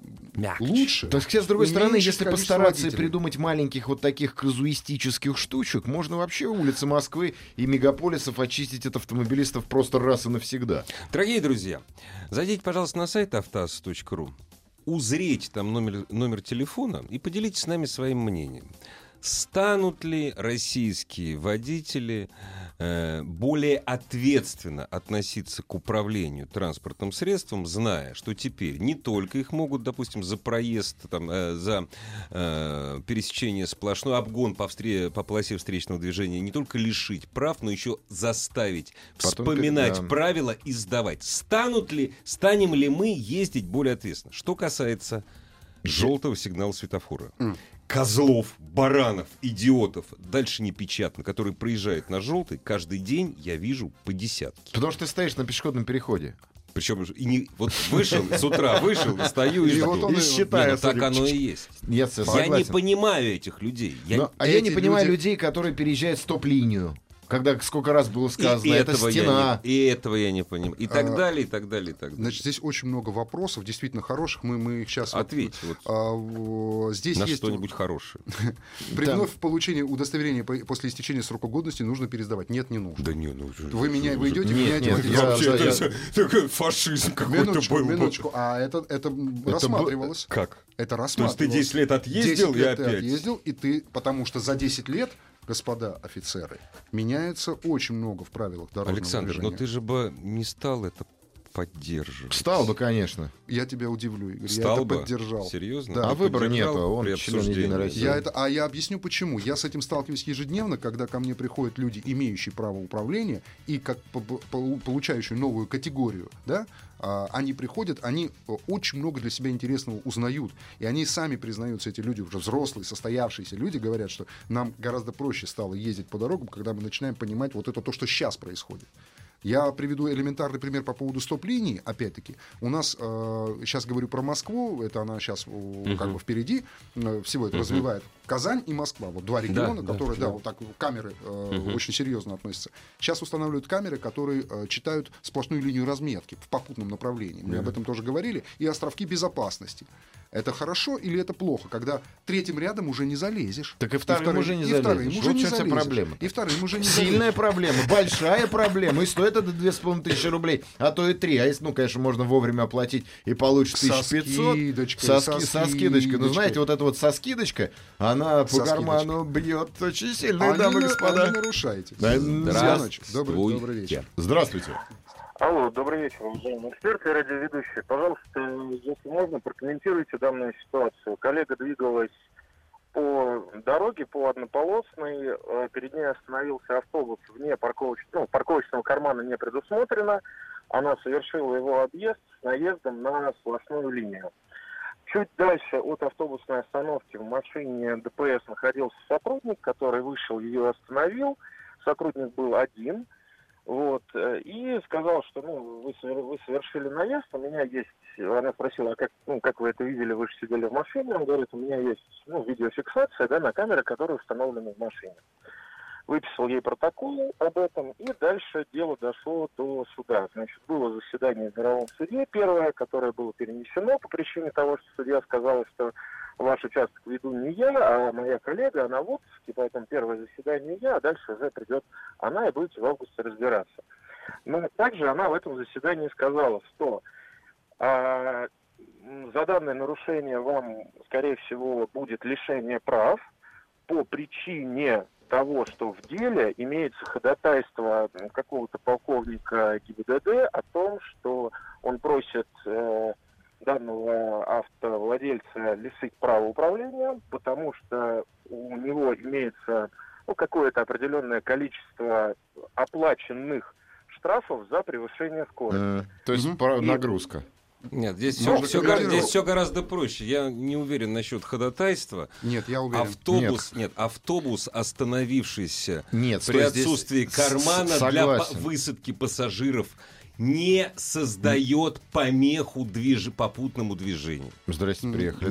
[SPEAKER 4] лучше.
[SPEAKER 3] То есть, с другой стороны, если постараться придумать маленьких вот таких казуистических штучек, можно вообще улицы Москвы и мегаполисов очистить от автомобилистов просто раз и навсегда.
[SPEAKER 2] Дорогие друзья, зайдите, пожалуйста, на сайт автоаз.ру, узрите там номер телефона и поделитесь с нами своим мнением. Станут ли российские водители более ответственно относиться к управлению транспортным средством, зная, что теперь не только их могут, допустим, за проезд, там, за пересечение сплошной обгон по полосе встречного движения не только лишить прав, но еще заставить вспоминать правила и сдавать. Станем ли мы ездить более ответственно? Что касается желтого сигнала светофора. Козлов, баранов, идиотов, дальше непечатно, которые проезжают на желтый, каждый день я вижу по десятке.
[SPEAKER 3] Потому что ты стоишь на пешеходном переходе.
[SPEAKER 2] Причем вот вышел, с утра вышел, стою и жду.
[SPEAKER 3] И считаю.
[SPEAKER 2] Так оно и есть.
[SPEAKER 3] Я
[SPEAKER 2] не понимаю этих людей.
[SPEAKER 3] Я не понимаю людей, которые переезжают стоп-линию. Когда сколько раз было сказано, это стена.
[SPEAKER 2] И этого я не понимаю. И так далее, и так далее, и так далее.
[SPEAKER 4] Значит, здесь очень много вопросов, действительно хороших. Мы их сейчас...
[SPEAKER 2] Ответь.
[SPEAKER 4] Здесь
[SPEAKER 2] на
[SPEAKER 4] есть
[SPEAKER 2] что-нибудь хорошее.
[SPEAKER 4] При вновь получении удостоверения после истечения срока годности нужно пересдавать. Нет, не нужно.
[SPEAKER 2] Да не нужно.
[SPEAKER 4] Вы идете, меняете...
[SPEAKER 2] Такой фашизм какой-то был.
[SPEAKER 4] Минуточку. А это рассматривалось.
[SPEAKER 2] Как?
[SPEAKER 4] Это рассматривалось.
[SPEAKER 2] То есть ты 10 лет отъездил, и опять...
[SPEAKER 4] 10 лет ты отъездил, и ты... Потому что за 10 лет... Господа офицеры, меняется очень много в правилах дорожного
[SPEAKER 2] движения.
[SPEAKER 4] Александр,
[SPEAKER 2] но ты же бы не стал это поддерживать.
[SPEAKER 3] Стал бы, конечно.
[SPEAKER 4] Я тебя удивлю, Игорь.
[SPEAKER 2] Стал
[SPEAKER 4] я это
[SPEAKER 2] бы?
[SPEAKER 4] Серьезно?
[SPEAKER 2] Серьезно?
[SPEAKER 3] Да. А выбора нет, он член Единой России.
[SPEAKER 4] Я объясню, почему. Я с этим сталкиваюсь ежедневно, когда ко мне приходят люди, имеющие право управления и как получающие новую категорию, да, они приходят, они очень много для себя интересного узнают. И они сами признаются, эти люди, уже взрослые, состоявшиеся люди, говорят, что нам гораздо проще стало ездить по дорогам, когда мы начинаем понимать вот это то, что сейчас происходит. Я приведу элементарный пример по поводу стоп-линии. Опять-таки, у нас, сейчас говорю про Москву, это она сейчас как бы впереди, всего это развивает. Казань и Москва, вот два региона, которые, вот так камеры очень серьезно относятся. Сейчас устанавливают камеры, которые читают сплошную линию разметки в попутном направлении. Мы об этом тоже говорили. И островки безопасности. Это хорошо или это плохо, когда третьим рядом уже не залезешь?
[SPEAKER 3] Так и вторым уже не залезешь. Вот сейчас проблема.
[SPEAKER 4] И вторым уже не залезешь.
[SPEAKER 3] Сильная проблема, большая проблема. И стоит это 2500 рублей, а то и 3. А если, конечно, можно вовремя оплатить и получишь 1500. Со скидочкой. Ну, знаете, вот эта вот со скидочкой, она по карману бьет очень сильно, дамы и господа.
[SPEAKER 4] Не нарушайте.
[SPEAKER 3] Добрый вечер. Здравствуйте.
[SPEAKER 8] Алло, добрый вечер, уважаемые эксперты и радиоведущие. Пожалуйста, если можно, прокомментируйте данную ситуацию. Коллега двигалась по дороге, по однополосной, перед ней остановился автобус вне парковочного кармана не предусмотрено. Она совершила его объезд с наездом на сплошную линию. Чуть дальше от автобусной остановки в машине ДПС находился сотрудник, который вышел, ее остановил. Сотрудник был один. Вот, и сказал, что вы совершили наезд, у меня есть... Она спросила, как вы это видели, вы же сидели в машине. Он говорит, у меня есть видеофиксация, да, на камеры, которые установлены в машине. Выписал ей протокол об этом, и дальше дело дошло до суда. Значит, было заседание в мировом суде первое, которое было перенесено по причине того, что судья сказала, что ваш участок веду не я, а моя коллега, она в отпуске, поэтому первое заседание я, а дальше уже придет она, и будете в августе разбираться. Но также она в этом заседании сказала, что за данное нарушение вам, скорее всего, будет лишение прав по причине того, что в деле имеется ходатайство какого-то полковника ГИБДД о том, что он просит данного автовладельца лишить права управления, потому что у него имеется какое-то определенное количество оплаченных штрафов за превышение скорости.
[SPEAKER 3] То есть нагрузка.
[SPEAKER 2] Нет, здесь все гораздо проще. Я не уверен насчет ходатайства.
[SPEAKER 4] Нет, я уверен.
[SPEAKER 2] Автобус, остановившийся при отсутствии кармана для высадки пассажиров, не создает помеху попутному движению.
[SPEAKER 3] Здрасте, приехали.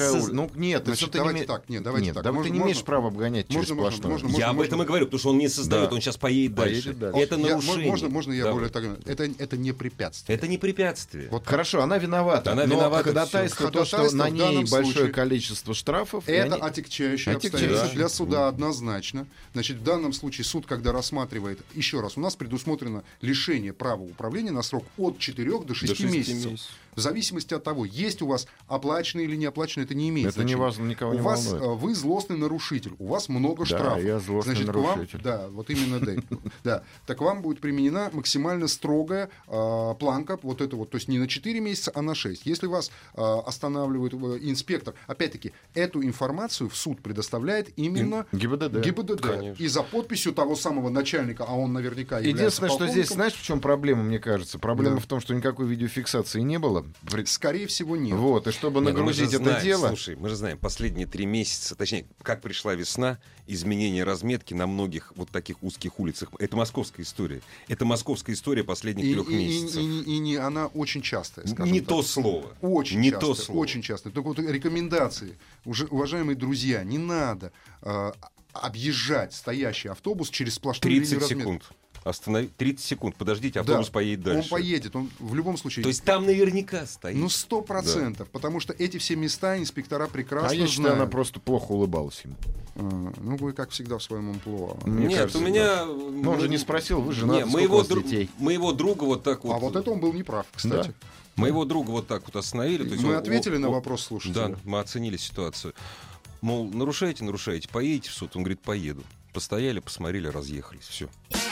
[SPEAKER 4] Давайте так.
[SPEAKER 3] Ты не имеешь права обгонять через сплошную.
[SPEAKER 2] Я об этом и говорю, потому что он не создает, он сейчас поедет дальше. Это нарушение.
[SPEAKER 4] Можно я более так говорю? Это не препятствие.
[SPEAKER 2] Это не препятствие.
[SPEAKER 3] Вот хорошо, она виновата. Но ходатайство, то, что на ней большое количество штрафов.
[SPEAKER 4] Это отягчающее обстоятельство для суда однозначно. Значит, в данном случае суд, когда рассматривает, еще раз, у нас предусмотрено лишение права управления на срок от 4 до 6 месяцев. В зависимости от того, есть у вас оплаченный или не оплаченный, это не имеет значения.
[SPEAKER 3] Это не важно, никого не волнует.
[SPEAKER 4] Вы злостный нарушитель, у вас много штрафов.
[SPEAKER 3] Я злостный нарушитель.
[SPEAKER 4] Вот именно да. Так вам будет применена максимально строгая планка, вот это вот, то есть не на 4 месяца, а на 6. Если вас останавливает инспектор, опять-таки, эту информацию в суд предоставляет именно ГИБДД. И за подписью того самого начальника, а он наверняка является
[SPEAKER 3] полковником. Единственное, что здесь, знаешь, в чем проблема, мне кажется? Проблема в том, что никакой видеофиксации не было.
[SPEAKER 4] Скорее всего, нет.
[SPEAKER 3] Вот, и чтобы нагрузить это дело...
[SPEAKER 2] Слушай, мы же знаем, последние 3 месяца, точнее, как пришла весна, изменение разметки на многих вот таких узких улицах. Это московская история. Это московская история последних 3 месяцев.
[SPEAKER 4] И она очень частая, скажем
[SPEAKER 2] не
[SPEAKER 4] так.
[SPEAKER 2] То слово.
[SPEAKER 4] Очень частая. Только вот рекомендации. Уважаемые друзья, не надо объезжать стоящий автобус через сплошную линию разметки.
[SPEAKER 2] 30 секунд. Остановить 30 секунд, подождите, автобус поедет дальше.
[SPEAKER 4] Он поедет, он в любом случае.
[SPEAKER 2] То есть там наверняка стоит.
[SPEAKER 4] 100%, да. Потому что эти все места инспектора прекрасно знают.
[SPEAKER 3] Я считаю, она просто плохо улыбалась ему.
[SPEAKER 4] Вы, как всегда, в своем амплуа.
[SPEAKER 2] Нет, кажется, у меня...
[SPEAKER 3] Но он же не спросил, вы женаты, сколько у вас детей?
[SPEAKER 2] Моего друга вот так вот...
[SPEAKER 4] А вот это он был неправ, кстати.
[SPEAKER 2] Да. Моего друга вот так вот остановили. То есть
[SPEAKER 4] мы ответили на вопрос слушателя.
[SPEAKER 2] Да, мы оценили ситуацию. Мол, нарушаете, поедете в суд? Он говорит, поеду. Постояли, посмотрели, разъехались. Все.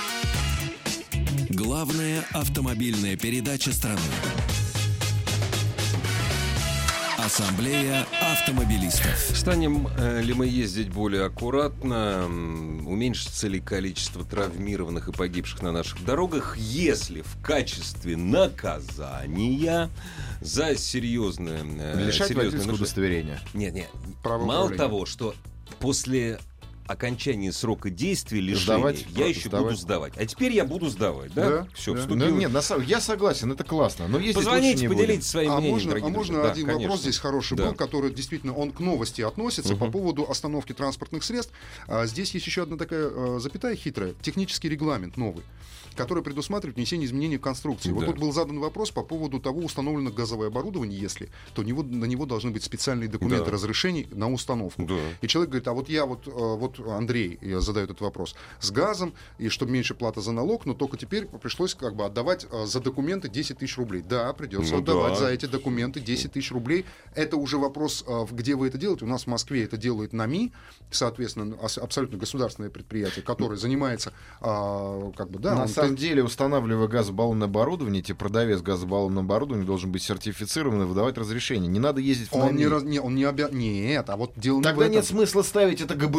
[SPEAKER 1] Главная автомобильная передача страны. Ассамблея автомобилистов.
[SPEAKER 2] Станем ли мы ездить более аккуратно? Уменьшится ли количество травмированных и погибших на наших дорогах, если в качестве наказания за серьезное...
[SPEAKER 3] Лишать водительского удостоверения?
[SPEAKER 2] Нет. Мало того, что после... окончании срока действия лишения я еще буду сдавать. А теперь я буду сдавать, да? Все, вступил.
[SPEAKER 3] Нет, я согласен, это классно. Но
[SPEAKER 2] позвоните, поделитесь своим мнением, дорогие
[SPEAKER 4] друзья. Можно один вопрос здесь хороший был, который действительно, он к новости относится по поводу остановки транспортных средств. Здесь есть еще одна такая запятая хитрая. Технический регламент новый, который предусматривает внесение изменений в конструкции. Вот тут был задан вопрос по поводу того, установлено газовое оборудование, если, то на него должны быть специальные документы разрешений на установку. И человек говорит, а вот я вот Андрей задает этот вопрос, с газом, и чтобы меньше плата за налог, но только теперь пришлось отдавать за документы 10 тысяч рублей. Да, придется отдавать за эти документы 10 тысяч рублей. Это уже вопрос, где вы это делаете. У нас в Москве это делает НАМИ, соответственно, абсолютно государственное предприятие, которое занимается,
[SPEAKER 3] на самом деле, устанавливая газобаллонное оборудование, продавец газобаллонного оборудования должен быть сертифицирован и выдавать разрешение. Не надо ездить в НАМИ.
[SPEAKER 4] Он не обязан. Нет, а вот дело
[SPEAKER 3] Тогда нет смысла ставить это ГБО,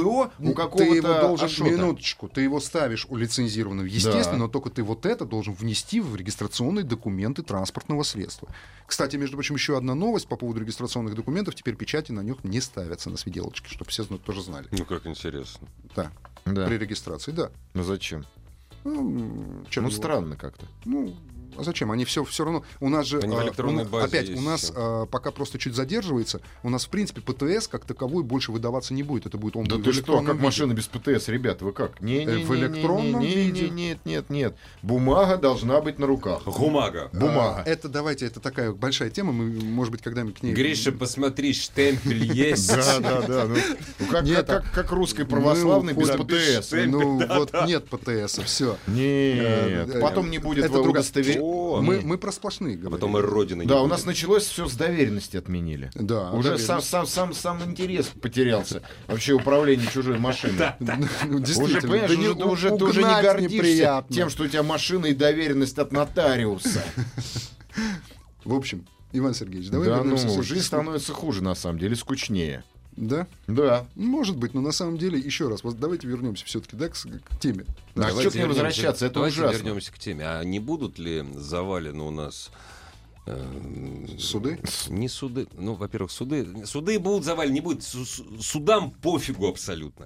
[SPEAKER 3] у какого-то
[SPEAKER 4] Ты его должен,
[SPEAKER 3] Ашота.
[SPEAKER 4] минуточку, ты его ставишь у лицензированного, естественно, но только ты вот это должен внести в регистрационные документы транспортного средства. Кстати, между прочим, еще одна новость по поводу регистрационных документов. Теперь печати на них не ставятся на свиделочке, чтобы все тоже знали.
[SPEAKER 2] Ну, как интересно.
[SPEAKER 4] Да. При регистрации, да.
[SPEAKER 3] Ну, зачем?
[SPEAKER 4] Ну,
[SPEAKER 3] странно как-то.
[SPEAKER 4] Ну, а зачем? Они все равно... У нас же...
[SPEAKER 2] Они в электронной базе
[SPEAKER 4] опять,
[SPEAKER 2] есть
[SPEAKER 4] у нас пока просто чуть задерживается. У нас, в принципе, ПТС как таковой больше выдаваться не будет. Это будет он
[SPEAKER 3] да
[SPEAKER 4] в
[SPEAKER 3] ты что, как
[SPEAKER 4] виде.
[SPEAKER 3] машина без ПТС, ребята, вы как?
[SPEAKER 4] В электронном виде.
[SPEAKER 3] Нет. Бумага должна быть на руках.
[SPEAKER 2] Бумага.
[SPEAKER 4] Это, давайте, это такая большая тема. Мы, может быть, когда-нибудь к ней...
[SPEAKER 2] Гриша, посмотри, штемпель есть.
[SPEAKER 3] Да. Как русской православной без ПТС.
[SPEAKER 4] Ну, вот нет ПТС, все.
[SPEAKER 3] Нет. Потом не будет удостоверения.
[SPEAKER 4] Мы про сплошные говорим.
[SPEAKER 2] Потом и Родины.
[SPEAKER 3] Да, у нас началось все с доверенности отменили.
[SPEAKER 4] Да.
[SPEAKER 3] Уже сам интерес потерялся. Вообще управление чужой машиной. Уже, понимаешь, ты уже не гордишься тем, что у тебя машина и доверенность от нотариуса.
[SPEAKER 4] В общем, Иван Сергеевич, давай вернемся.
[SPEAKER 3] Жизнь становится хуже, на самом деле, скучнее.
[SPEAKER 4] Да?
[SPEAKER 3] Да.
[SPEAKER 4] Может быть, но на самом деле, еще раз, давайте вернемся все-таки к теме.
[SPEAKER 3] А что к ним возвращаться? Это ужасно.
[SPEAKER 2] Давайте вернемся к теме. А не будут ли завалены у нас
[SPEAKER 4] суды?
[SPEAKER 2] Не суды. Ну, во-первых, суды будут завалены, не будет. Судам пофигу абсолютно.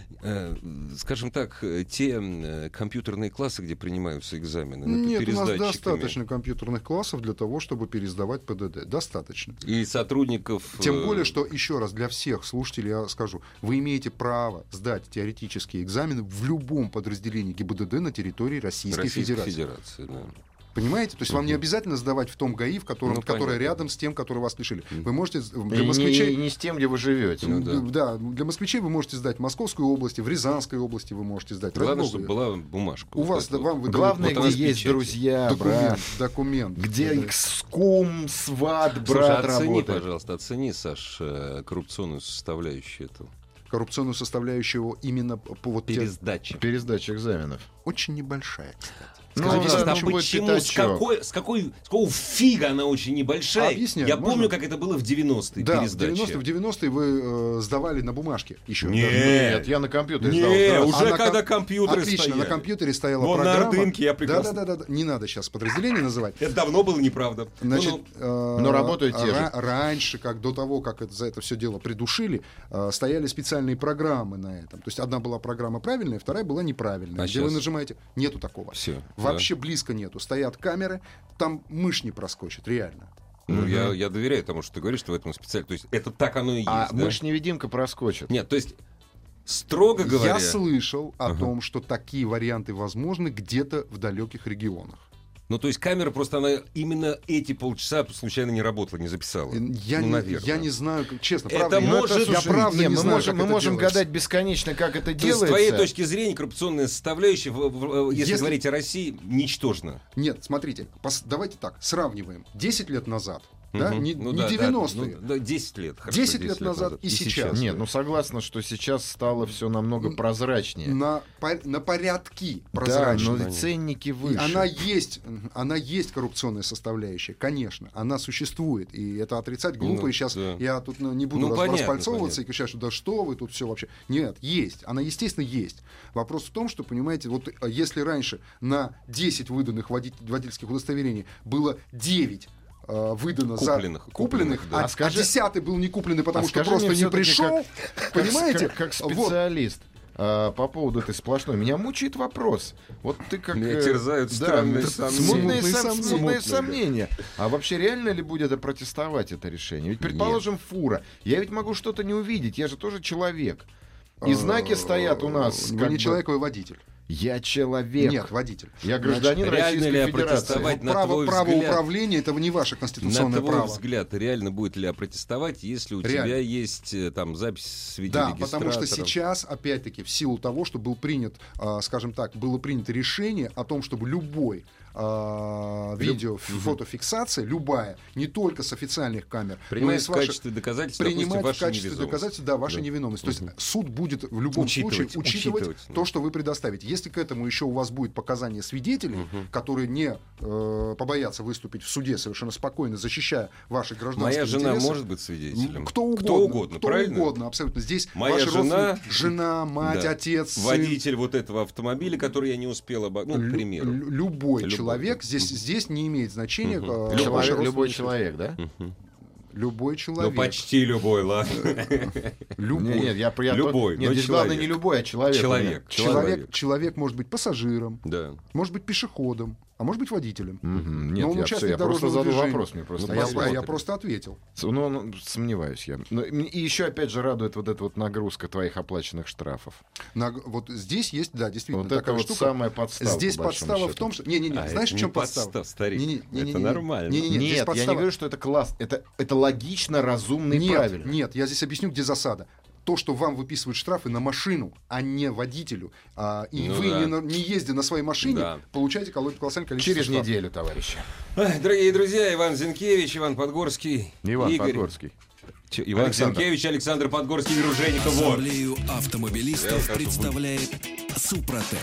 [SPEAKER 2] Скажем так, те компьютерные классы, где принимаются экзамены,
[SPEAKER 4] нет, у нас достаточно компьютерных классов для того, чтобы пересдавать ПДД. Достаточно.
[SPEAKER 2] И сотрудников...
[SPEAKER 4] Тем более, что, еще раз, для всех слушателей я скажу, вы имеете право сдать теоретические экзамены в любом подразделении ГИБДД на территории Российской Федерации.
[SPEAKER 2] Да.
[SPEAKER 4] Понимаете? То есть вам не обязательно сдавать в том ГАИ, который рядом с тем, который вас лишили. Вы можете для москвичей...
[SPEAKER 3] Не с тем, где вы живете.
[SPEAKER 4] Да, для москвичей вы можете сдать в Московской области, в Рязанской области вы можете сдать.
[SPEAKER 2] Главное, чтобы была бумажка.
[SPEAKER 4] У вас, вам
[SPEAKER 3] главное, где есть друзья, брат.
[SPEAKER 4] Документ.
[SPEAKER 3] Где скум, сват, брат работает.
[SPEAKER 2] Пожалуйста, оцени, Саш, коррупционную составляющую этого.
[SPEAKER 4] Коррупционную составляющую именно по
[SPEAKER 2] пересдаче
[SPEAKER 4] экзаменов. Очень небольшая, кстати.
[SPEAKER 2] Почему? С какого фига она очень небольшая?
[SPEAKER 4] Объясняю,
[SPEAKER 2] я помню, как это было в 90-е,
[SPEAKER 4] да,
[SPEAKER 2] пересдача.
[SPEAKER 4] В 90-е вы сдавали на бумажке еще.
[SPEAKER 3] Нет, я на компьютере сдал.
[SPEAKER 2] Нет, уже когда компьютеры
[SPEAKER 4] отлично,
[SPEAKER 2] стояли.
[SPEAKER 4] На компьютере стояла программа.
[SPEAKER 2] На Ордынке я прекрасно...
[SPEAKER 4] Да. Не надо сейчас подразделение называть.
[SPEAKER 2] Это давно было неправда.
[SPEAKER 3] Значит, но работают те же.
[SPEAKER 4] Раньше, до того, как за это все дело придушили, стояли специальные программы на этом. То есть одна была программа правильная, вторая была неправильная. Где вы нажимаете... Нету такого.
[SPEAKER 2] Все.
[SPEAKER 4] Вообще близко нету. Стоят камеры, там мышь не проскочит, реально.
[SPEAKER 2] Ну, я доверяю тому, что ты говоришь, что в этом специально. То есть это так оно и есть.
[SPEAKER 3] А мышь-невидимка проскочит.
[SPEAKER 2] Нет, то есть, строго говоря...
[SPEAKER 4] Я слышал о том, что такие варианты возможны где-то в далеких регионах.
[SPEAKER 2] Ну, то есть камера просто, она именно эти полчаса случайно не работала, не записала.
[SPEAKER 4] Я не знаю, честно,
[SPEAKER 2] это
[SPEAKER 4] правда.
[SPEAKER 2] Может...
[SPEAKER 4] Я правда не знаю,
[SPEAKER 3] мы можем гадать бесконечно, как это делается.
[SPEAKER 2] С твоей точки зрения коррупционная составляющая, если говорить о России, ничтожна.
[SPEAKER 4] Нет, смотрите, давайте так, сравниваем. 10 лет назад, да? Не 90-е.
[SPEAKER 2] Да, 10 лет.
[SPEAKER 4] 10 лет назад и сейчас.
[SPEAKER 3] Нет, согласна, что сейчас стало все намного прозрачнее.
[SPEAKER 4] На порядки прозрачнее.
[SPEAKER 3] Да, но ценники выше.
[SPEAKER 4] Она есть коррупционная составляющая, конечно. Она существует. И это отрицать глупо. И сейчас я тут не буду распальцовываться и кричать, что да что вы тут все вообще. Нет, есть. Она, естественно, есть. Вопрос в том, что, понимаете, вот если раньше на 10 выданных водительских удостоверений было 9 выдано купленных,
[SPEAKER 2] да.
[SPEAKER 4] а 10-й был не купленный, потому что просто не пришел. Понимаете?
[SPEAKER 3] Как специалист. По поводу этой сплошной. Меня мучает вопрос. Вот ты как...
[SPEAKER 2] Меня терзают странные
[SPEAKER 3] смутные сомнения. А вообще реально ли будет протестовать это решение? Ведь, предположим, фура. Я ведь могу что-то не увидеть. Я же тоже человек. И знаки стоят у нас.
[SPEAKER 4] Вы не человек, вы водитель.
[SPEAKER 3] Я человек.
[SPEAKER 4] Нет, водитель.
[SPEAKER 3] Я гражданин Российской Федерации.
[SPEAKER 4] Право управления — это не ваше конституционное право.
[SPEAKER 2] На твой взгляд, реально будет ли опротестовать, если у тебя есть там запись с видеорегистратора?
[SPEAKER 4] Да, потому что сейчас, опять-таки, в силу того, что был принят, скажем так, было принято решение о том, чтобы любой видео, фотофиксация, любая, не только с официальных камер,
[SPEAKER 2] принимает в качестве доказательства,
[SPEAKER 4] ваша невиновность. То есть суд будет в любом случае учитывать то, что вы предоставите. Если к этому еще у вас будет показания свидетелей, которые не побоятся выступить в суде совершенно спокойно, защищая ваши гражданские интересы.
[SPEAKER 2] Моя жена может быть свидетелем.
[SPEAKER 4] Кто угодно, абсолютно. Здесь
[SPEAKER 2] моя
[SPEAKER 4] жена, мать, отец,
[SPEAKER 2] водитель вот этого автомобиля, который я не успел к примеру.
[SPEAKER 4] Любой человек, здесь не имеет значения.
[SPEAKER 3] Любой человек, да?
[SPEAKER 4] Любой человек.
[SPEAKER 2] Ну, почти любой, ладно.
[SPEAKER 4] Любой.
[SPEAKER 2] Любой.
[SPEAKER 3] Нет, здесь главное не любой, а человек.
[SPEAKER 4] Человек может быть пассажиром, может быть пешеходом, а может быть водителем.
[SPEAKER 3] Нет, я просто задал вопрос.
[SPEAKER 4] Я просто ответил.
[SPEAKER 3] Ну, сомневаюсь я. И еще, опять же, радует вот эта вот нагрузка твоих оплаченных штрафов.
[SPEAKER 4] Вот здесь есть, да, действительно,
[SPEAKER 3] вот
[SPEAKER 4] такая
[SPEAKER 3] это
[SPEAKER 4] штука.
[SPEAKER 3] Самая подстава.
[SPEAKER 4] Здесь подстава в том, что... Знаешь, в чем подстава?
[SPEAKER 2] Старик. Это нормально.
[SPEAKER 3] Нет, я не говорю, что это класс. Это логично, разумно и правильно.
[SPEAKER 4] Нет, я здесь объясню, где засада. То, что вам выписывают штрафы на машину, а не водителю, не ездя на своей машине, получаете колоссальное количество
[SPEAKER 3] Через
[SPEAKER 4] штрафов.
[SPEAKER 3] неделю, товарищи.
[SPEAKER 2] Дорогие друзья, Иван Зинкевич, Иван Подгорский,
[SPEAKER 3] Игорь.
[SPEAKER 2] Подгорский. Иван Зинкевич, Александр Подгорский и Ружейников.
[SPEAKER 1] Ассамблею автомобилистов представляет Супротек.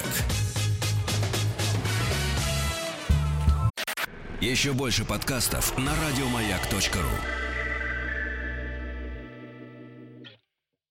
[SPEAKER 1] Еще больше подкастов на радиомаяк.ру.